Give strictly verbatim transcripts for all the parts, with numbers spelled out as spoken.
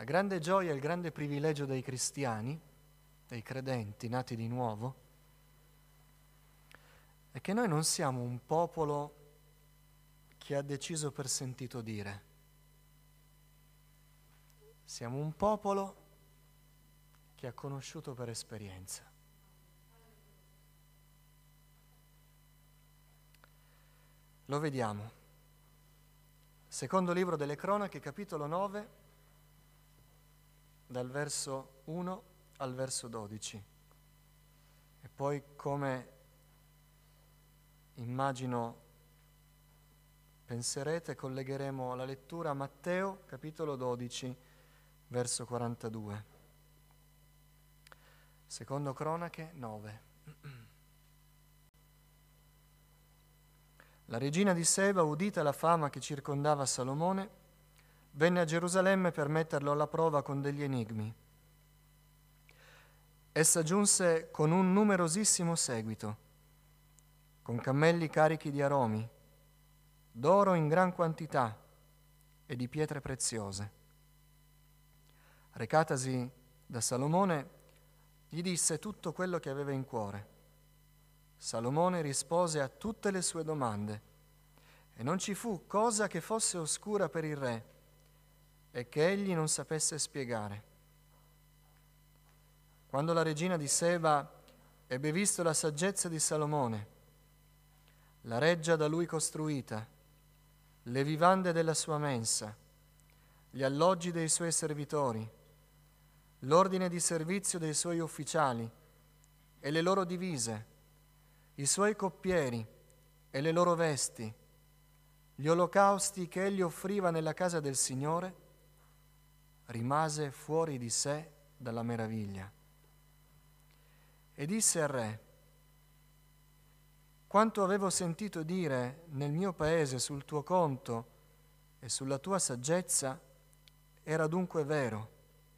grande gioia e il grande privilegio dei cristiani, dei credenti nati di nuovo, è che noi non siamo un popolo che ha deciso per sentito dire. Siamo un popolo che ha conosciuto per esperienza. Lo vediamo. Secondo libro delle Cronache, capitolo nove, dal verso uno al verso dodici. E poi, come immagino penserete, collegheremo la lettura a Matteo, capitolo dodici, verso quarantadue. Secondo Cronache nove. La regina di Seba, udita la fama che circondava Salomone, venne a Gerusalemme per metterlo alla prova con degli enigmi. Essa giunse con un numerosissimo seguito, con cammelli carichi di aromi, d'oro in gran quantità e di pietre preziose. Recatasi da Salomone, gli disse tutto quello che aveva in cuore. Salomone rispose a tutte le sue domande, e non ci fu cosa che fosse oscura per il re e che egli non sapesse spiegare. Quando la regina di Seba ebbe visto la saggezza di Salomone, la reggia da lui costruita, le vivande della sua mensa, gli alloggi dei suoi servitori, l'ordine di servizio dei suoi ufficiali e le loro divise, i suoi coppieri e le loro vesti, gli olocausti che egli offriva nella casa del Signore, rimase fuori di sé dalla meraviglia. E disse al re: quanto avevo sentito dire nel mio paese sul tuo conto e sulla tua saggezza era dunque vero.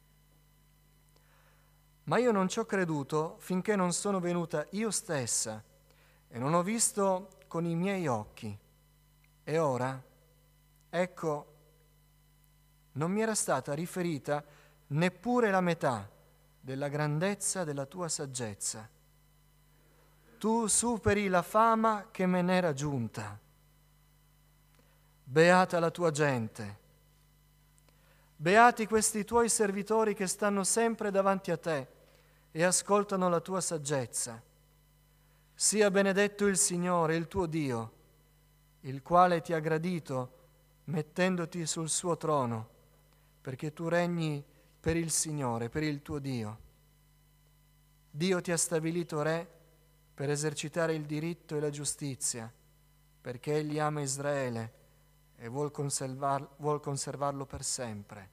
Ma io non ci ho creduto finché non sono venuta io stessa e non ho visto con i miei occhi. E ora, ecco, non mi era stata riferita neppure la metà della grandezza della tua saggezza. Tu superi la fama che me n'era giunta. Beata la tua gente. Beati questi tuoi servitori che stanno sempre davanti a te e ascoltano la tua saggezza. Sia benedetto il Signore, il tuo Dio, il quale ti ha gradito mettendoti sul suo trono, perché tu regni per il Signore, per il tuo Dio. Dio ti ha stabilito re per esercitare il diritto e la giustizia, perché Egli ama Israele e vuol, conservar, vuol conservarlo per sempre.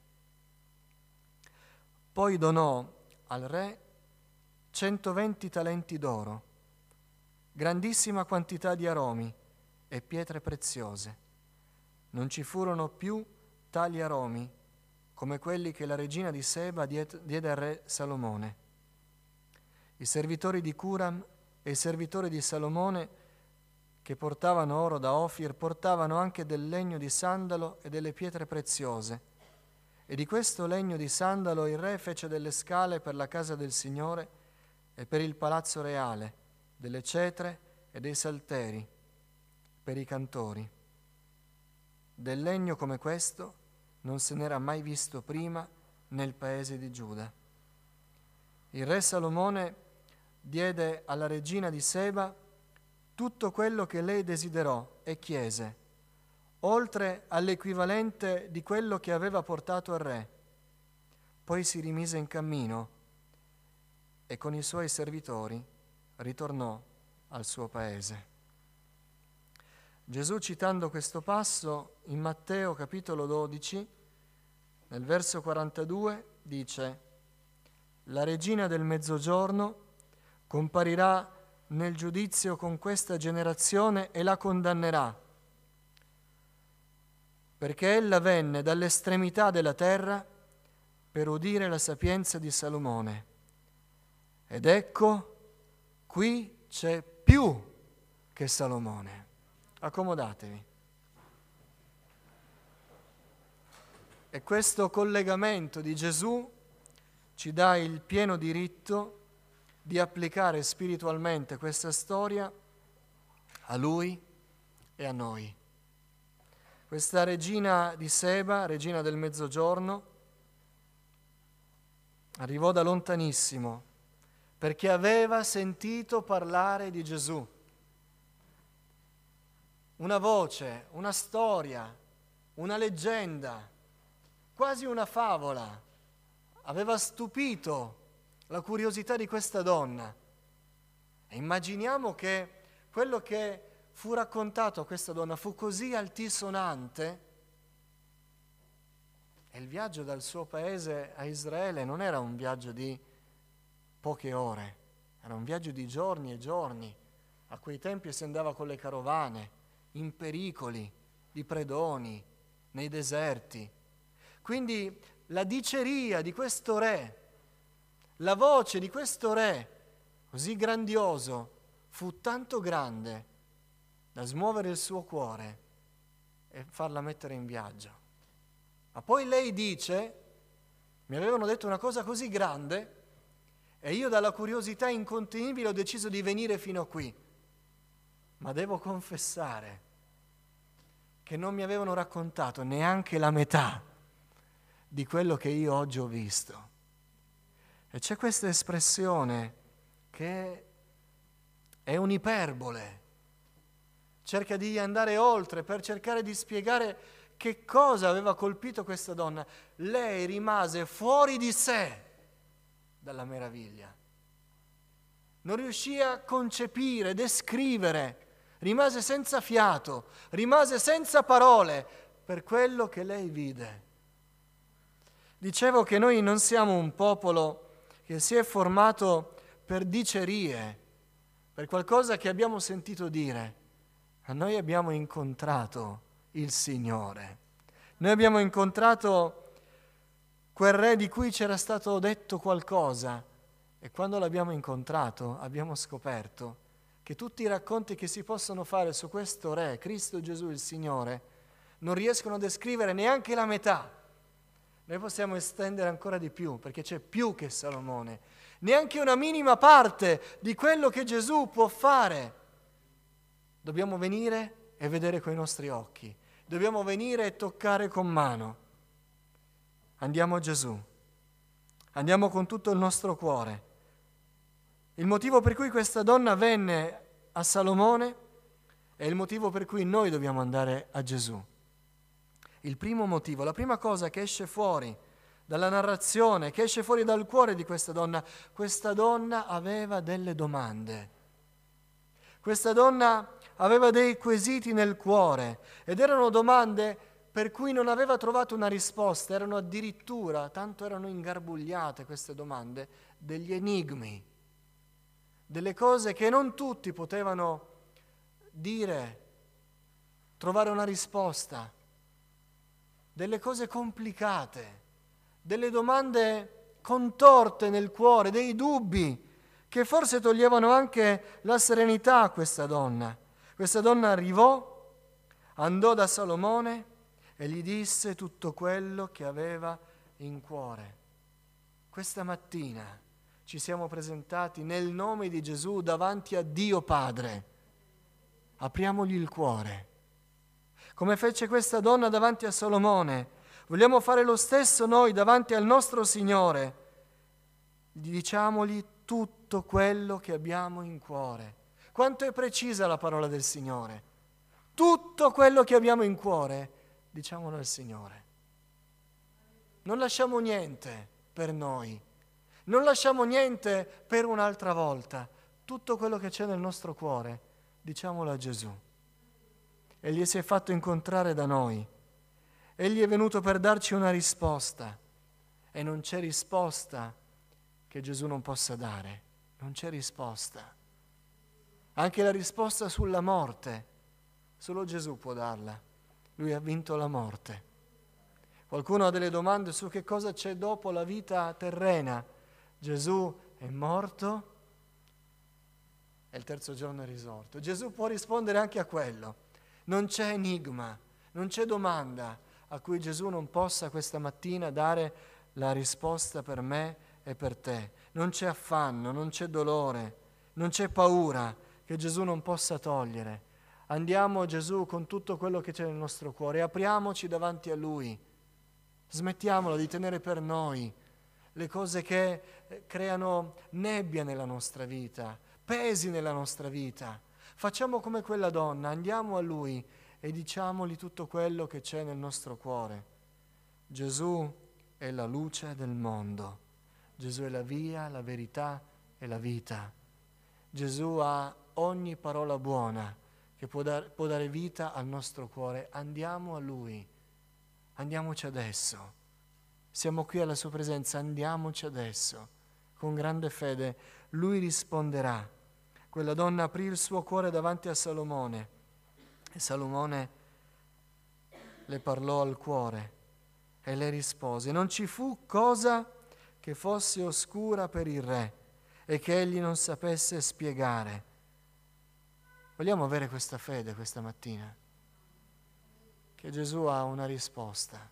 Poi donò al re centoventi talenti d'oro, grandissima quantità di aromi e pietre preziose. Non ci furono più tali aromi come quelli che la regina di Seba diede al re Salomone. I servitori di Curam e i servitori di Salomone che portavano oro da Ofir portavano anche del legno di sandalo e delle pietre preziose. E di questo legno di sandalo il re fece delle scale per la casa del Signore e per il palazzo reale, delle cetre e dei salteri, per i cantori. Del legno come questo non se n'era mai visto prima nel paese di Giuda. Il re Salomone diede alla regina di Seba tutto quello che lei desiderò e chiese, oltre all'equivalente di quello che aveva portato al re. Poi si rimise in cammino e con i suoi servitori ritornò al suo paese. Gesù, citando questo passo in Matteo capitolo dodici, nel verso quarantadue, dice: la regina del mezzogiorno comparirà nel giudizio con questa generazione e la condannerà, perché ella venne dall'estremità della terra per udire la sapienza di Salomone. Ed ecco, qui c'è più che Salomone. Accomodatevi. E questo collegamento di Gesù ci dà il pieno diritto di applicare spiritualmente questa storia a Lui e a noi. Questa regina di Seba, regina del Mezzogiorno, arrivò da lontanissimo perché aveva sentito parlare di Gesù. Una voce, una storia, una leggenda, quasi una favola, aveva stupito la curiosità di questa donna. E immaginiamo che quello che fu raccontato a questa donna fu così altisonante, e il viaggio dal suo paese a Israele non era un viaggio di poche ore, era un viaggio di giorni e giorni. A quei tempi si andava con le carovane, in pericoli, di predoni, nei deserti. Quindi la diceria di questo re, la voce di questo re così grandioso, fu tanto grande da smuovere il suo cuore e farla mettere in viaggio. Ma poi lei dice: mi avevano detto una cosa così grande e io dalla curiosità incontenibile ho deciso di venire fino a qui. Ma devo confessare che non mi avevano raccontato neanche la metà di quello che io oggi ho visto. E c'è questa espressione che è un'iperbole, cerca di andare oltre per cercare di spiegare che cosa aveva colpito questa donna. Lei rimase fuori di sé dalla meraviglia, non riuscì a concepire, descrivere, rimase senza fiato, rimase senza parole per quello che lei vide. Dicevo che noi non siamo un popolo che si è formato per dicerie, per qualcosa che abbiamo sentito dire, ma noi abbiamo incontrato il Signore. Noi abbiamo incontrato quel re di cui c'era stato detto qualcosa, e quando l'abbiamo incontrato abbiamo scoperto che tutti i racconti che si possono fare su questo re, Cristo Gesù il Signore, non riescono a descrivere neanche la metà. Noi possiamo estendere ancora di più, perché c'è più che Salomone, neanche una minima parte di quello che Gesù può fare. Dobbiamo venire e vedere coi nostri occhi, dobbiamo venire e toccare con mano. Andiamo a Gesù, andiamo con tutto il nostro cuore. Il motivo per cui questa donna venne a Salomone è il motivo per cui noi dobbiamo andare a Gesù. Il primo motivo, la prima cosa che esce fuori dalla narrazione, che esce fuori dal cuore di questa donna, questa donna aveva delle domande. Questa donna aveva dei quesiti nel cuore ed erano domande per cui non aveva trovato una risposta, erano addirittura, tanto erano ingarbugliate queste domande, degli enigmi, delle cose che non tutti potevano dire, trovare una risposta, delle cose complicate, delle domande contorte nel cuore, dei dubbi che forse toglievano anche la serenità a questa donna. Questa donna arrivò, andò da Salomone e gli disse tutto quello che aveva in cuore. Questa mattina ci siamo presentati nel nome di Gesù davanti a Dio Padre. Apriamogli il cuore. Come fece questa donna davanti a Salomone, vogliamo fare lo stesso noi davanti al nostro Signore. Diciamogli tutto quello che abbiamo in cuore. Quanto è precisa la parola del Signore. Tutto quello che abbiamo in cuore, diciamolo al Signore. Non lasciamo niente per noi. Non lasciamo niente per un'altra volta. Tutto quello che c'è nel nostro cuore, diciamolo a Gesù. Egli si è fatto incontrare da noi. Egli è venuto per darci una risposta. E non c'è risposta che Gesù non possa dare. Non c'è risposta. Anche la risposta sulla morte, solo Gesù può darla. Lui ha vinto la morte. Qualcuno ha delle domande su che cosa c'è dopo la vita terrena. Gesù è morto e il terzo giorno è risorto. Gesù può rispondere anche a quello. Non c'è enigma, non c'è domanda. a cui Gesù non possa questa mattina dare la risposta per me e per te. Non c'è affanno, non c'è dolore, non c'è paura che Gesù non possa togliere. Andiamo a Gesù con tutto quello che c'è nel nostro cuore, apriamoci davanti a Lui, smettiamola di tenere per noi le cose che creano nebbia nella nostra vita, pesi nella nostra vita. Facciamo come quella donna, andiamo a Lui e diciamogli tutto quello che c'è nel nostro cuore. Gesù è la luce del mondo, Gesù è la via, la verità e la vita. Gesù ha ogni parola buona che può, dar, può dare vita al nostro cuore. Andiamo a Lui, andiamoci adesso. Siamo qui alla sua presenza, andiamoci adesso. Con grande fede Lui risponderà. Quella donna aprì il suo cuore davanti a Salomone e Salomone le parlò al cuore e le rispose. Non ci fu cosa che fosse oscura per il re e che egli non sapesse spiegare. Vogliamo avere questa fede questa mattina? Che Gesù ha una risposta.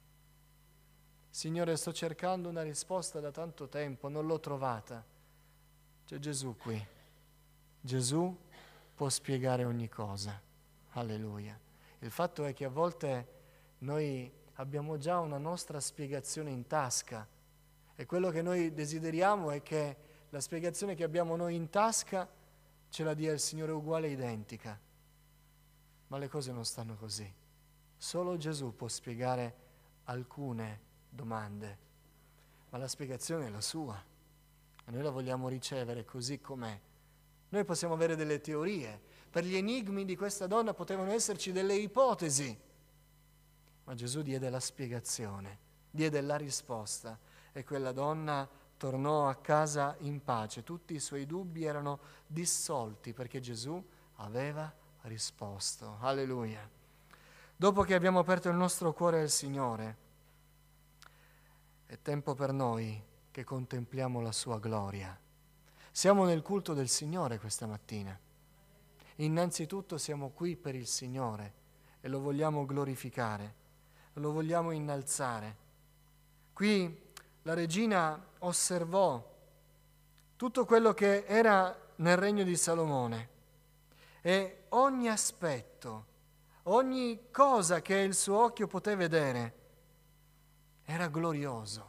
Signore, sto cercando una risposta da tanto tempo, non l'ho trovata. C'è Gesù qui. Gesù può spiegare ogni cosa. Alleluia. Il fatto è che a volte noi abbiamo già una nostra spiegazione in tasca e quello che noi desideriamo è che la spiegazione che abbiamo noi in tasca ce la dia il Signore uguale e identica. Ma le cose non stanno così. Solo Gesù può spiegare alcune domande, ma la spiegazione è la sua e noi la vogliamo ricevere così com'è. Noi possiamo avere delle teorie, per gli enigmi di questa donna potevano esserci delle ipotesi, ma Gesù diede la spiegazione, diede la risposta e quella donna tornò a casa in pace. Tutti i suoi dubbi erano dissolti perché Gesù aveva risposto. Alleluia. Dopo che abbiamo aperto il nostro cuore al Signore, è tempo per noi che contempliamo la sua gloria. Siamo nel culto del Signore questa mattina. Innanzitutto siamo qui per il Signore e lo vogliamo glorificare, lo vogliamo innalzare. Qui la regina osservò tutto quello che era nel regno di Salomone e ogni aspetto, ogni cosa che il suo occhio poté vedere era glorioso.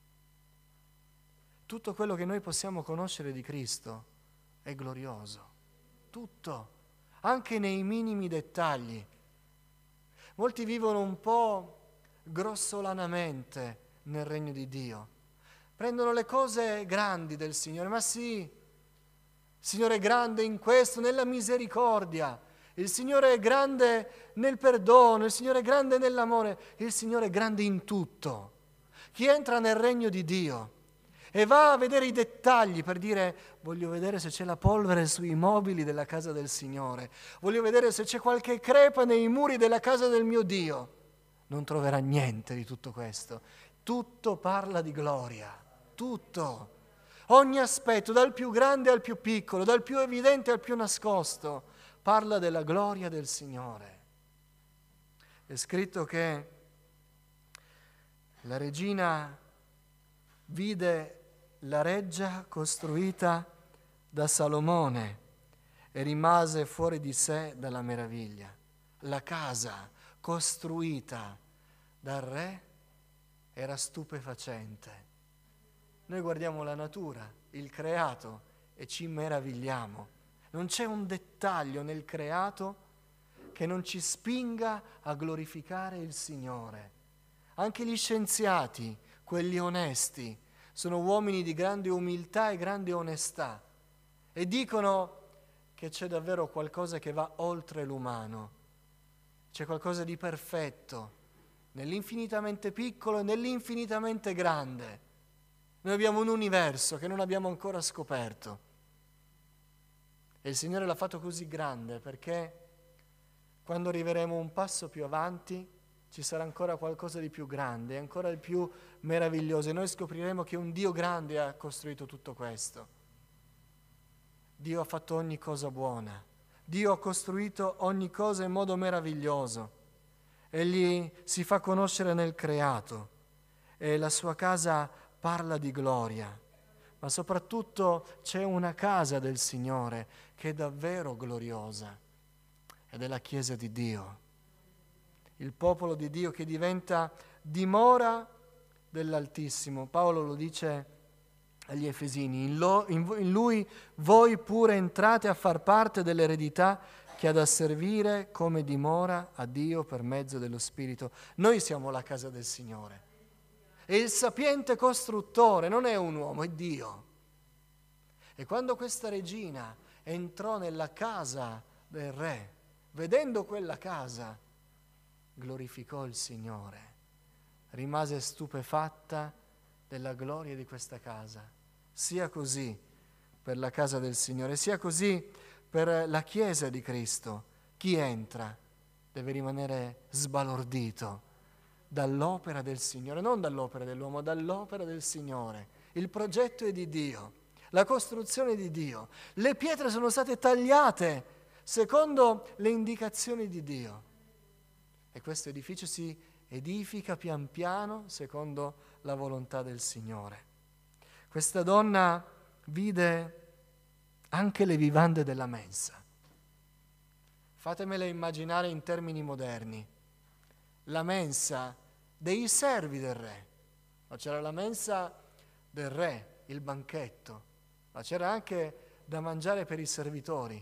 Tutto quello che noi possiamo conoscere di Cristo è glorioso. Tutto, anche nei minimi dettagli. Molti vivono un po' grossolanamente nel regno di Dio. Prendono le cose grandi del Signore, ma sì, il Signore è grande in questo, nella misericordia. Il Signore è grande nel perdono, il Signore è grande nell'amore, il Signore è grande in tutto. Chi entra nel regno di Dio e va a vedere i dettagli per dire voglio vedere se c'è la polvere sui mobili della casa del Signore, voglio vedere se c'è qualche crepa nei muri della casa del mio Dio, non troverà niente di tutto questo. Tutto parla di gloria, tutto. Ogni aspetto, dal più grande al più piccolo, dal più evidente al più nascosto, parla della gloria del Signore. È scritto che la regina vide la reggia costruita da Salomone e rimase fuori di sé dalla meraviglia. La casa costruita dal re era stupefacente. Noi guardiamo la natura, il creato, e ci meravigliamo. Non c'è un dettaglio nel creato che non ci spinga a glorificare il Signore. Anche gli scienziati, quelli onesti, sono uomini di grande umiltà e grande onestà e dicono che c'è davvero qualcosa che va oltre l'umano. C'è qualcosa di perfetto nell'infinitamente piccolo e nell'infinitamente grande. Noi abbiamo un universo che non abbiamo ancora scoperto. E il Signore l'ha fatto così grande perché quando arriveremo un passo più avanti ci sarà ancora qualcosa di più grande, ancora di più meraviglioso. E noi scopriremo che un Dio grande ha costruito tutto questo. Dio ha fatto ogni cosa buona. Dio ha costruito ogni cosa in modo meraviglioso. Egli si fa conoscere nel creato e la sua casa parla di gloria, ma soprattutto c'è una casa del Signore che è davvero gloriosa ed è la Chiesa di Dio, il popolo di Dio che diventa dimora dell'Altissimo. Paolo lo dice agli Efesini: in, lo, in, in Lui voi pure entrate a far parte dell'eredità che ha da servire come dimora a Dio per mezzo dello Spirito. Noi siamo la casa del Signore e il sapiente costruttore non è un uomo, è Dio. E quando questa regina entrò nella casa del re, vedendo quella casa, glorificò il Signore, rimase stupefatta della gloria di questa casa. Sia così per la casa del Signore, sia così per la Chiesa di Cristo. Chi entra deve rimanere sbalordito dall'opera del Signore, non dall'opera dell'uomo, dall'opera del Signore. Il progetto è di Dio, la costruzione è di Dio. Le pietre sono state tagliate secondo le indicazioni di Dio. E questo edificio si edifica pian piano secondo la volontà del Signore. Questa donna vide anche le vivande della mensa. Fatemele immaginare in termini moderni. La mensa dei servi del re. Ma c'era la mensa del re, il banchetto, ma c'era anche da mangiare per i servitori.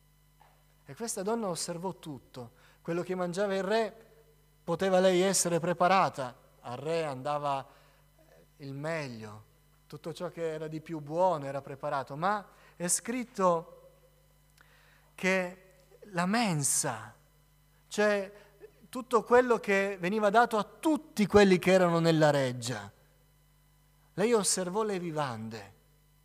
E questa donna osservò tutto. Quello che mangiava il re poteva lei essere preparata. Al re andava il meglio, tutto ciò che era di più buono era preparato, ma è scritto che la mensa, cioè tutto quello che veniva dato a tutti quelli che erano nella reggia. Lei osservò le vivande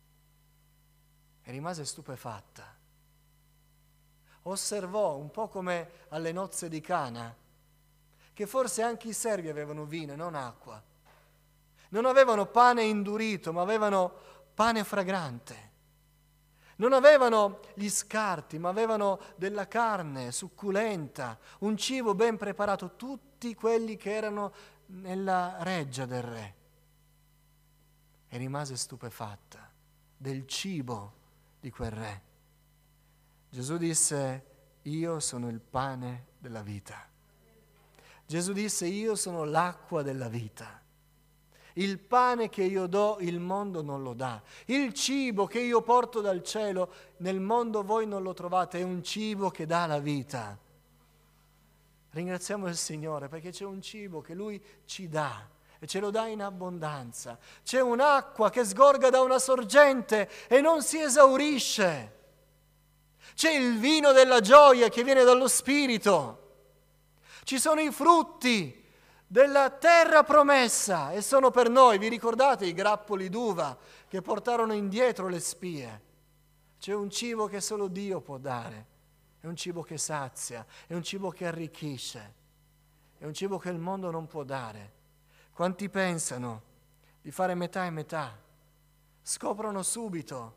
e rimase stupefatta. Osservò, un po' come alle nozze di Cana, che forse anche i servi avevano vino e non acqua. Non avevano pane indurito, ma avevano pane fragrante. Non avevano gli scarti, ma avevano della carne succulenta, un cibo ben preparato, tutti quelli che erano nella reggia del re. E rimase stupefatta del cibo di quel re. Gesù disse: io sono il pane della vita. Gesù disse: io sono l'acqua della vita. Il pane che io do, il mondo non lo dà. Il cibo che io porto dal cielo, nel mondo voi non lo trovate, è un cibo che dà la vita. Ringraziamo il Signore perché c'è un cibo che Lui ci dà e ce lo dà in abbondanza. C'è un'acqua che sgorga da una sorgente e non si esaurisce. C'è il vino della gioia che viene dallo Spirito. Ci sono i frutti della terra promessa e sono per noi. Vi ricordate i grappoli d'uva che portarono indietro le spie? C'è un cibo che solo Dio può dare, è un cibo che sazia, è un cibo che arricchisce, è un cibo che il mondo non può dare. Quanti pensano di fare metà e metà, scoprono subito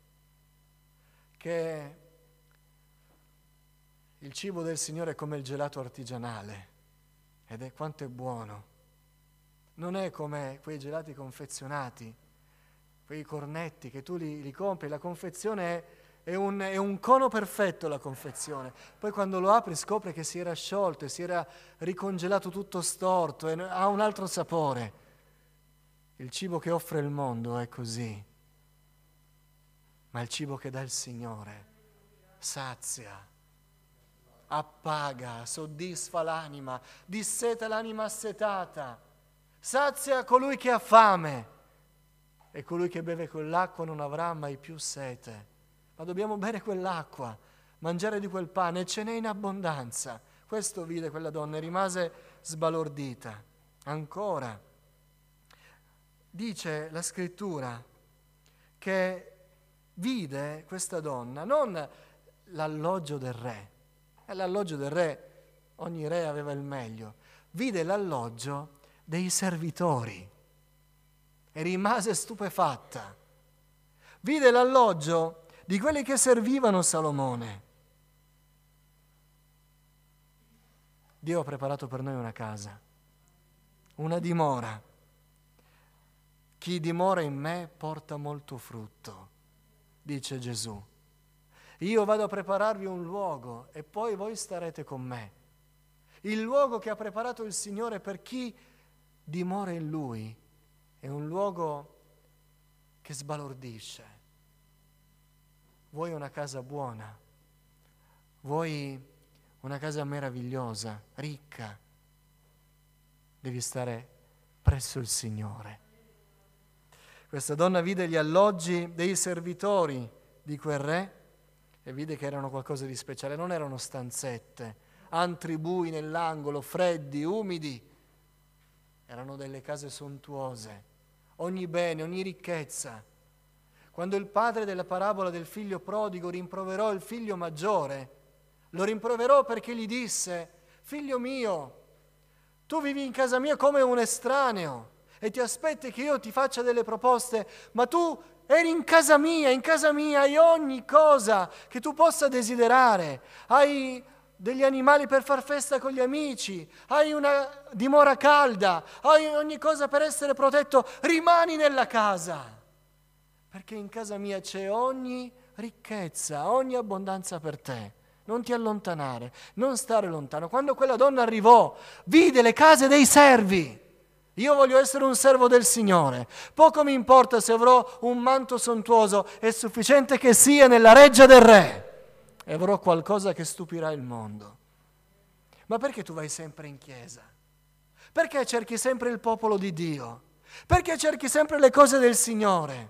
che il cibo del Signore è come il gelato artigianale. Ed è quanto è buono. Non è come quei gelati confezionati, quei cornetti che tu li, li compri. La confezione è, è, un, è un cono perfetto, la confezione. Poi quando lo apri scopri che si era sciolto e si era ricongelato tutto storto e ha un altro sapore. Il cibo che offre il mondo è così. Ma il cibo che dà il Signore sazia, appaga, soddisfa l'anima, disseta l'anima assetata, sazia colui che ha fame e colui che beve quell'acqua non avrà mai più sete. Ma dobbiamo bere quell'acqua, mangiare di quel pane, e ce n'è in abbondanza. Questo vide quella donna e rimase sbalordita. Ancora, dice la Scrittura che vide questa donna non l'alloggio del re. E l'alloggio del re, ogni re aveva il meglio. Vide l'alloggio dei servitori e rimase stupefatta. Vide l'alloggio di quelli che servivano Salomone. Dio ha preparato per noi una casa, una dimora. Chi dimora in me porta molto frutto, dice Gesù. Io vado a prepararvi un luogo e poi voi starete con me. Il luogo che ha preparato il Signore per chi dimora in Lui è un luogo che sbalordisce. Vuoi una casa buona? Vuoi una casa meravigliosa, ricca? Devi stare presso il Signore. Questa donna vide gli alloggi dei servitori di quel re e vide che erano qualcosa di speciale. Non erano stanzette, antri bui nell'angolo, freddi, umidi. Erano delle case sontuose, ogni bene, ogni ricchezza. Quando il padre della parabola del figlio prodigo rimproverò il figlio maggiore, lo rimproverò perché gli disse: figlio mio, tu vivi in casa mia come un estraneo e ti aspetti che io ti faccia delle proposte, ma tu eri in casa mia, in casa mia hai ogni cosa che tu possa desiderare, hai degli animali per far festa con gli amici, hai una dimora calda, hai ogni cosa per essere protetto, rimani nella casa, perché in casa mia c'è ogni ricchezza, ogni abbondanza per te. Non ti allontanare, non stare lontano. Quando quella donna arrivò, vide le case dei servi. Io voglio essere un servo del Signore. Poco mi importa se avrò un manto sontuoso, è sufficiente che sia nella reggia del re. E avrò qualcosa che stupirà il mondo. Ma perché tu vai sempre in chiesa? Perché cerchi sempre il popolo di Dio? Perché cerchi sempre le cose del Signore?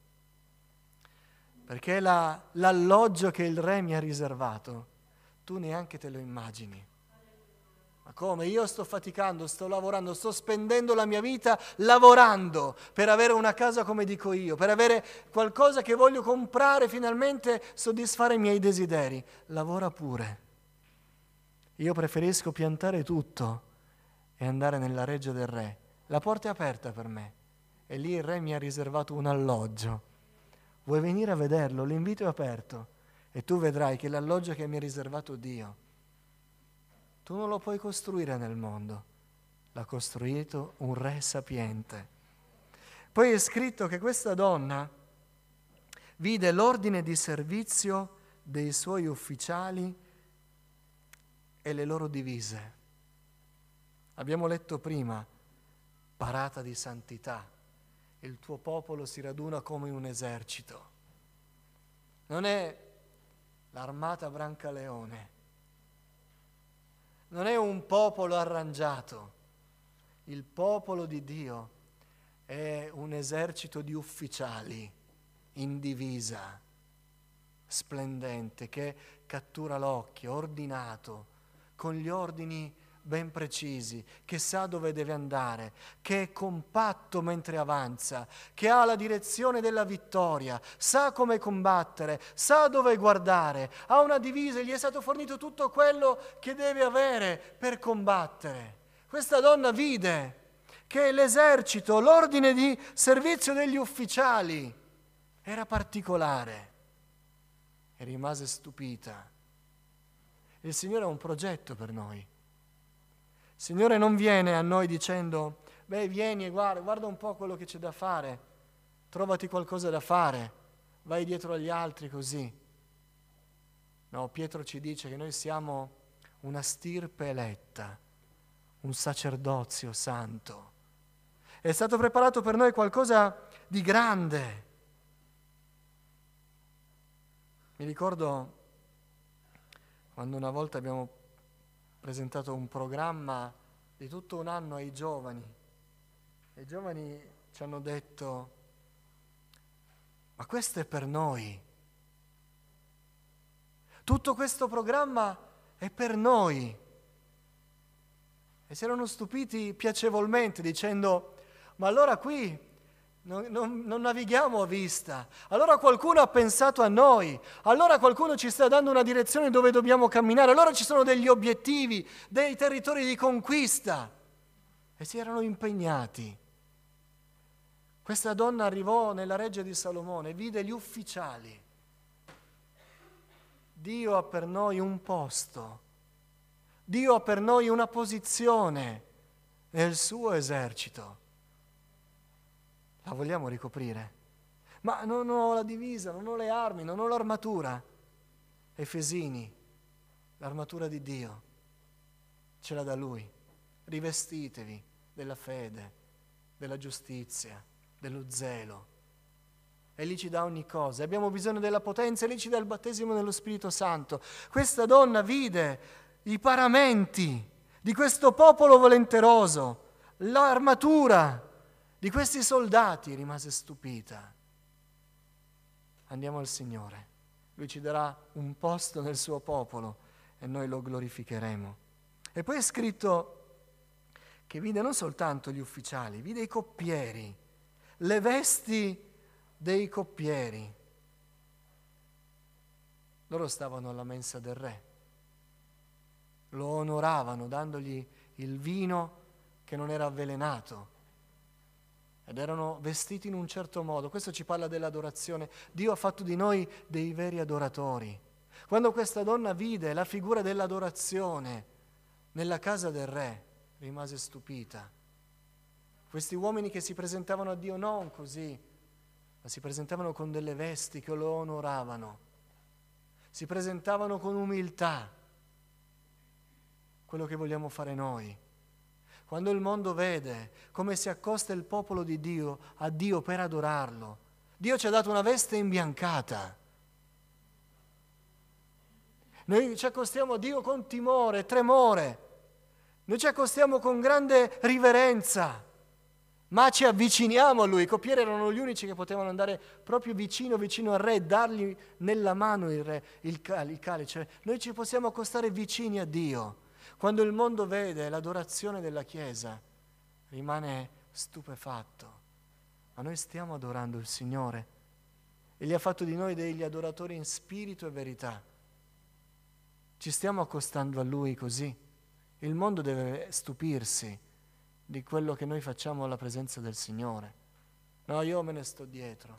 Perché la, l'alloggio che il re mi ha riservato, tu neanche te lo immagini. Ma come? Io sto faticando, sto lavorando, sto spendendo la mia vita lavorando per avere una casa come dico io, per avere qualcosa che voglio comprare, finalmente soddisfare i miei desideri. Lavora pure. Io preferisco piantare tutto e andare nella reggia del re. La porta è aperta per me e lì il re mi ha riservato un alloggio. Vuoi venire a vederlo? L'invito è aperto e tu vedrai che l'alloggio che mi ha riservato Dio, tu non lo puoi costruire nel mondo, l'ha costruito un re sapiente. Poi è scritto che questa donna vide l'ordine di servizio dei suoi ufficiali e le loro divise. Abbiamo letto prima, parata di santità. Il tuo popolo si raduna come un esercito. Non è l'armata Brancaleone, non è un popolo arrangiato. Il popolo di Dio è un esercito di ufficiali in divisa, splendente, che cattura l'occhio, ordinato, con gli ordini ben precisi, che sa dove deve andare, che è compatto mentre avanza, che ha la direzione della vittoria, sa come combattere, sa dove guardare, ha una divisa e gli è stato fornito tutto quello che deve avere per combattere. Questa donna vide che l'esercito, l'ordine di servizio degli ufficiali era particolare e rimase stupita. Il Signore ha un progetto per noi. Il Signore non viene a noi dicendo: beh, vieni e guarda, guarda un po' quello che c'è da fare, trovati qualcosa da fare, vai dietro agli altri così. No, Pietro ci dice che noi siamo una stirpe eletta, un sacerdozio santo. È stato preparato per noi qualcosa di grande. Mi ricordo quando una volta abbiamo presentato un programma di tutto un anno ai giovani. E i giovani ci hanno detto: ma questo è per noi. Tutto questo programma è per noi. E si erano stupiti piacevolmente dicendo: ma allora qui non, non, non navighiamo a vista, allora qualcuno ha pensato a noi, allora qualcuno ci sta dando una direzione dove dobbiamo camminare, allora ci sono degli obiettivi, dei territori di conquista. E si erano impegnati. Questa donna arrivò nella reggia di Salomone e vide gli ufficiali. Dio ha per noi un posto Dio ha per noi una posizione nel suo esercito. La vogliamo ricoprire? Ma non ho la divisa, non ho le armi, non ho l'armatura. Efesini, l'armatura di Dio ce l'ha da Lui. Rivestitevi della fede, della giustizia, dello zelo. E lì ci dà ogni cosa. Abbiamo bisogno della potenza e lì ci dà il battesimo nello Spirito Santo. Questa donna vide i paramenti di questo popolo volenteroso, l'armatura di questi soldati, rimase stupita. Andiamo al Signore. Lui ci darà un posto nel suo popolo e noi lo glorificheremo. E poi è scritto che vide non soltanto gli ufficiali, vide i coppieri, le vesti dei coppieri. Loro stavano alla mensa del re, lo onoravano dandogli il vino che non era avvelenato ed erano vestiti in un certo modo. Questo ci parla dell'adorazione. Dio ha fatto di noi dei veri adoratori. Quando questa donna vide la figura dell'adorazione nella casa del re, rimase stupita. Questi uomini che si presentavano a Dio non così, ma si presentavano con delle vesti che lo onoravano, si presentavano con umiltà, quello che vogliamo fare noi. Quando il mondo vede come si accosta il popolo di Dio a Dio per adorarlo, Dio ci ha dato una veste imbiancata. Noi ci accostiamo a Dio con timore, tremore, noi ci accostiamo con grande riverenza, ma ci avviciniamo a Lui. I coppieri erano gli unici che potevano andare proprio vicino, vicino al re e dargli nella mano il, re, il, cal- il calice. Noi ci possiamo accostare vicini a Dio. Quando il mondo vede l'adorazione della Chiesa, rimane stupefatto. Ma noi stiamo adorando il Signore. Egli ha fatto di noi degli adoratori in spirito e verità. Ci stiamo accostando a Lui così. Il mondo deve stupirsi di quello che noi facciamo alla presenza del Signore. No, io me ne sto dietro.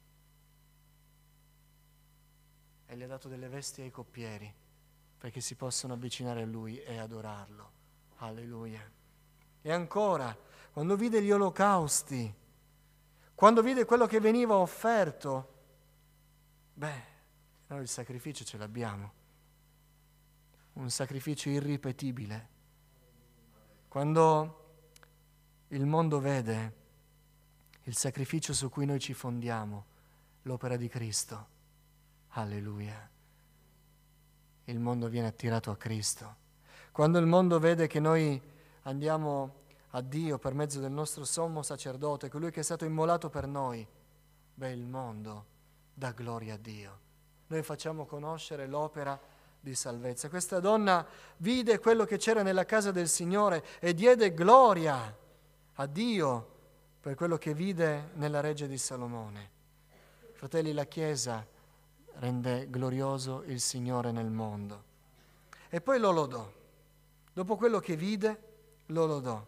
E gli ha dato delle vesti ai coppieri perché si possono avvicinare a Lui e adorarlo. Alleluia. E ancora, quando vide gli olocausti, quando vide quello che veniva offerto, beh, noi il sacrificio ce l'abbiamo. Un sacrificio irripetibile. Quando il mondo vede il sacrificio su cui noi ci fondiamo, l'opera di Cristo, alleluia, il mondo viene attirato a Cristo. Quando il mondo vede che noi andiamo a Dio per mezzo del nostro sommo sacerdote, colui che è stato immolato per noi, beh, il mondo dà gloria a Dio. Noi facciamo conoscere l'opera di salvezza. Questa donna vide quello che c'era nella casa del Signore e diede gloria a Dio per quello che vide nella reggia di Salomone. Fratelli, la Chiesa rende glorioso il Signore nel mondo. E poi lo lodò. Dopo quello che vide, lo lodò.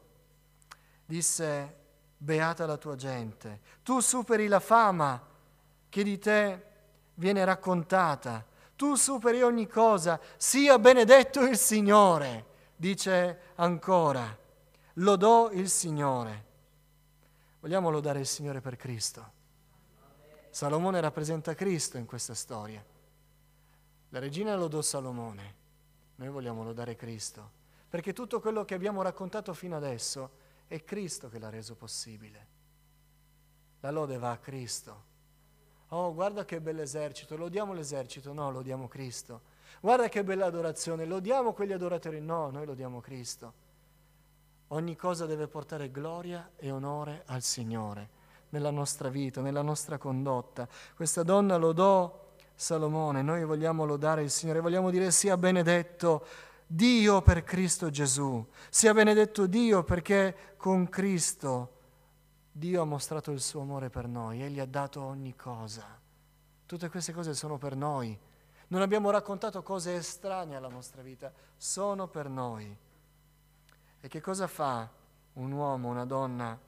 Disse: beata la tua gente, tu superi la fama che di te viene raccontata, tu superi ogni cosa, sia benedetto il Signore. Dice ancora, lodò il Signore. Vogliamo lodare il Signore per Cristo. Salomone rappresenta Cristo in questa storia. La regina lodò Salomone, noi vogliamo lodare Cristo, perché tutto quello che abbiamo raccontato fino adesso è Cristo che l'ha reso possibile. La lode va a Cristo. Oh, guarda che bell'esercito, lodiamo l'esercito? No, lodiamo Cristo. Guarda che bella adorazione, lodiamo quegli adoratori? No, noi lodiamo Cristo. Ogni cosa deve portare gloria e onore al Signore, nella nostra vita, nella nostra condotta. Questa donna lodò Salomone, noi vogliamo lodare il Signore, vogliamo dire sia benedetto Dio per Cristo Gesù, sia benedetto Dio perché con Cristo Dio ha mostrato il suo amore per noi, Egli ha dato ogni cosa. Tutte queste cose sono per noi. Non abbiamo raccontato cose estranee alla nostra vita, sono per noi. E che cosa fa un uomo, una donna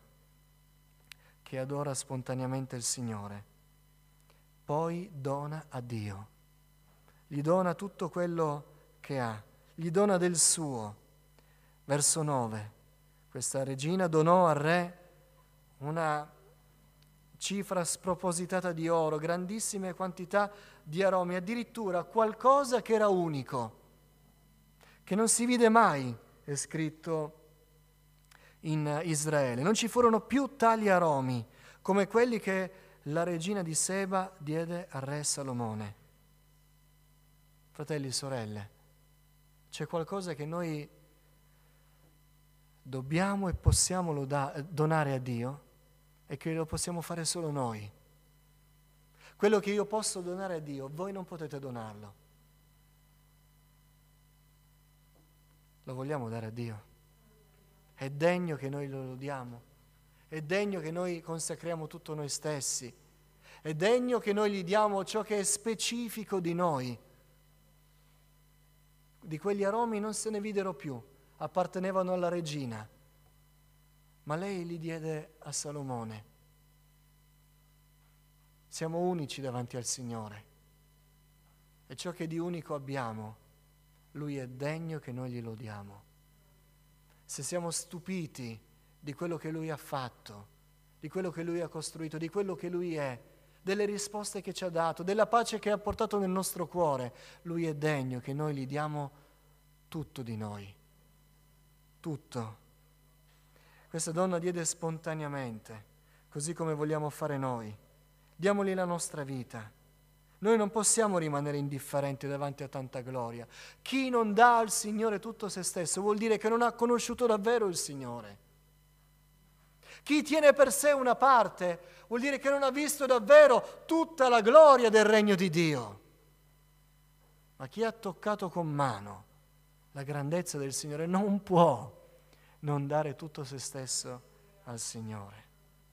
che adora spontaneamente il Signore? Poi dona a Dio. Gli dona tutto quello che ha. Gli gli dona del suo. Verso nove. Questa regina donò al re una cifra spropositata di oro, grandissime quantità di aromi, addirittura qualcosa che era unico, che non si vide mai, è scritto in Israele. Non ci furono più tali aromi come quelli che la regina di Seba diede al re Salomone. Fratelli e sorelle, c'è qualcosa che noi dobbiamo e possiamo loda- donare a Dio e che lo possiamo fare solo noi. Quello che io posso donare a Dio, voi non potete donarlo. Lo vogliamo dare a Dio. È degno che noi lo lodiamo. È degno che noi consacriamo tutto noi stessi. È degno che noi gli diamo ciò che è specifico di noi. Di quegli aromi non se ne videro più, appartenevano alla regina, ma lei li diede a Salomone. Siamo unici davanti al Signore e ciò che di unico abbiamo, Lui è degno che noi glielo diamo. Se siamo stupiti di quello che Lui ha fatto, di quello che Lui ha costruito, di quello che Lui è, delle risposte che ci ha dato, della pace che ha portato nel nostro cuore, Lui è degno che noi gli diamo tutto di noi. Tutto. Questa donna diede spontaneamente, così come vogliamo fare noi. Diamogli la nostra vita. Noi non possiamo rimanere indifferenti davanti a tanta gloria. Chi non dà al Signore tutto se stesso vuol dire che non ha conosciuto davvero il Signore. Chi tiene per sé una parte vuol dire che non ha visto davvero tutta la gloria del regno di Dio. Ma chi ha toccato con mano la grandezza del Signore non può non dare tutto se stesso al Signore.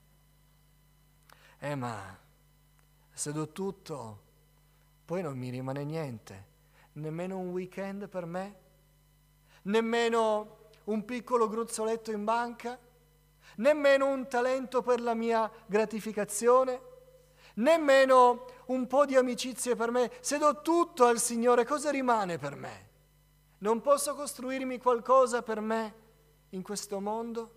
Eh ma se do tutto, poi non mi rimane niente, nemmeno un weekend per me, nemmeno un piccolo gruzzoletto in banca, nemmeno un talento per la mia gratificazione, nemmeno un po' di amicizie per me. Se do tutto al Signore, cosa rimane per me? Non posso costruirmi qualcosa per me in questo mondo?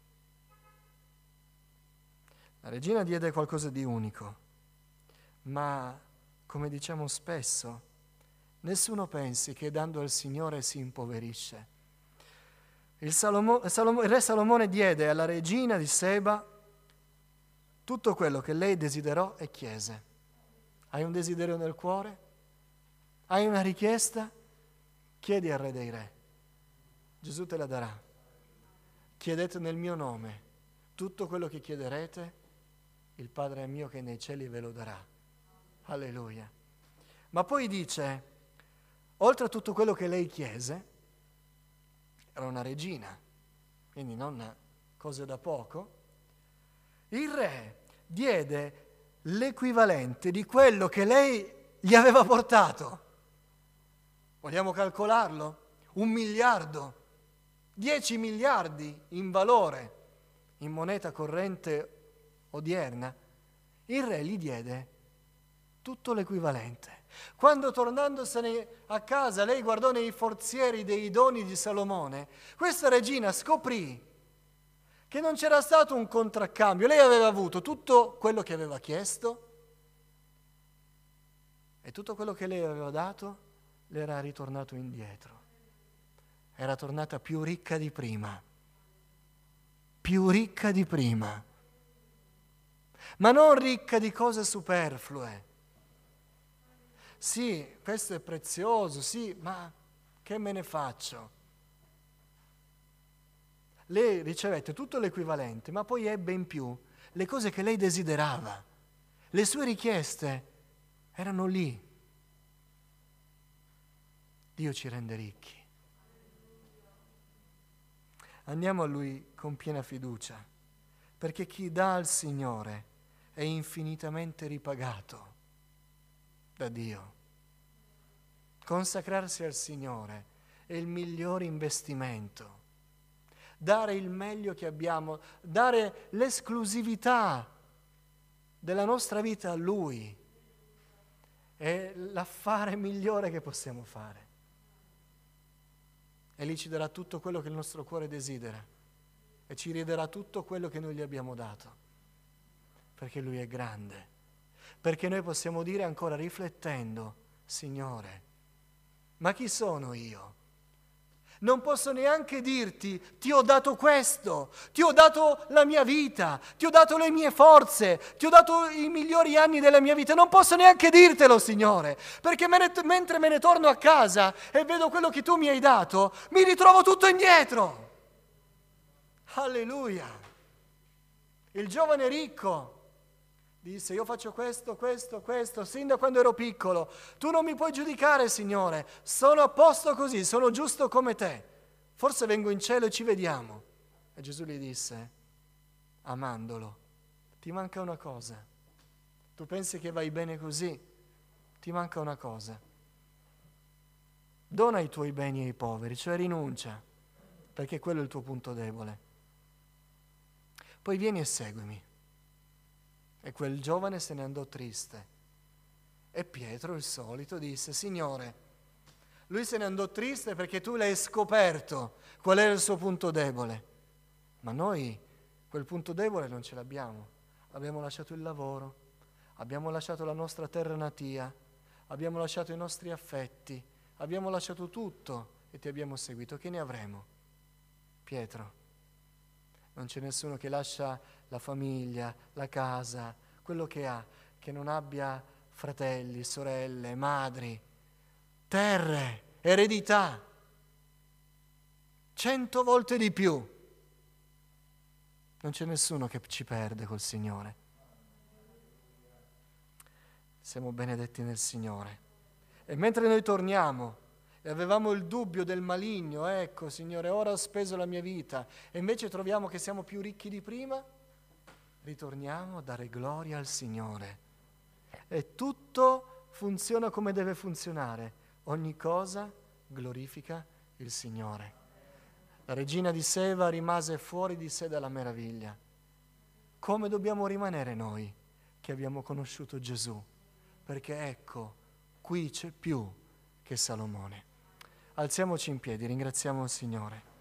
La regina diede qualcosa di unico, ma come diciamo spesso, nessuno pensi che dando al Signore si impoverisce. Il, Salomo, Salomo, il re Salomone diede alla regina di Seba tutto quello che lei desiderò e chiese. Hai un desiderio nel cuore? Hai una richiesta? Chiedi al re dei re. Gesù te la darà. Chiedete nel mio nome. Tutto quello che chiederete, il Padre mio che è nei cieli ve lo darà. Alleluia. Ma poi dice, oltre a tutto quello che lei chiese, era una regina, quindi non cose da poco, il re diede l'equivalente di quello che lei gli aveva portato. Vogliamo calcolarlo? Un miliardo, dieci miliardi in valore, in moneta corrente odierna. Il re gli diede tutto l'equivalente. Quando tornandosene a casa lei guardò nei forzieri dei doni di Salomone, questa regina scoprì che non c'era stato un contraccambio. Lei aveva avuto tutto quello che aveva chiesto e tutto quello che lei aveva dato le era ritornato indietro. Era tornata più ricca di prima, più ricca di prima, ma non ricca di cose superflue. Sì, questo è prezioso, sì, ma che me ne faccio? Lei ricevette tutto l'equivalente, ma poi ebbe in più le cose che lei desiderava. Le sue richieste erano lì. Dio ci rende ricchi. Andiamo a Lui con piena fiducia, perché chi dà al Signore è infinitamente ripagato da Dio. Consacrarsi al Signore è il migliore investimento. Dare il meglio che abbiamo, dare l'esclusività della nostra vita a Lui è l'affare migliore che possiamo fare. e lì ci darà tutto quello che il nostro cuore desidera e ci ridarà tutto quello che noi gli abbiamo dato, perché Lui è grande, perché noi possiamo dire ancora riflettendo: Signore, ma chi sono io? Non posso neanche dirti: ti ho dato questo, ti ho dato la mia vita, ti ho dato le mie forze, ti ho dato i migliori anni della mia vita. Non posso neanche dirtelo, Signore, perché me ne, mentre me ne torno a casa e vedo quello che tu mi hai dato, mi ritrovo tutto indietro. Alleluia! Il giovane ricco disse: io faccio questo, questo, questo, sin da quando ero piccolo. Tu non mi puoi giudicare, Signore. Sono a posto così, sono giusto come te. Forse vengo in cielo e ci vediamo. E Gesù gli disse, amandolo: ti manca una cosa. Tu pensi che vai bene così? Ti manca una cosa. Dona i tuoi beni ai poveri, cioè rinuncia, perché quello è il tuo punto debole. Poi vieni e seguimi. E quel giovane se ne andò triste. E Pietro, il solito, disse: Signore, lui se ne andò triste perché tu l'hai scoperto qual era il suo punto debole. Ma noi quel punto debole non ce l'abbiamo. Abbiamo lasciato il lavoro, abbiamo lasciato la nostra terra natia, abbiamo lasciato i nostri affetti, abbiamo lasciato tutto e ti abbiamo seguito. Che ne avremo? Pietro, non c'è nessuno che lascia la famiglia, la casa, quello che ha, che non abbia fratelli, sorelle, madri, terre, eredità, cento volte di più. Non c'è nessuno che ci perde col Signore. Siamo benedetti nel Signore. E mentre noi torniamo e avevamo il dubbio del maligno, ecco, Signore, ora ho speso la mia vita, e invece troviamo che siamo più ricchi di prima, ritorniamo a dare gloria al Signore. E tutto funziona come deve funzionare. Ogni cosa glorifica il Signore. La regina di Seba rimase fuori di sé dalla meraviglia. Come dobbiamo rimanere noi che abbiamo conosciuto Gesù? Perché ecco, qui c'è più che Salomone. Alziamoci in piedi, ringraziamo il Signore.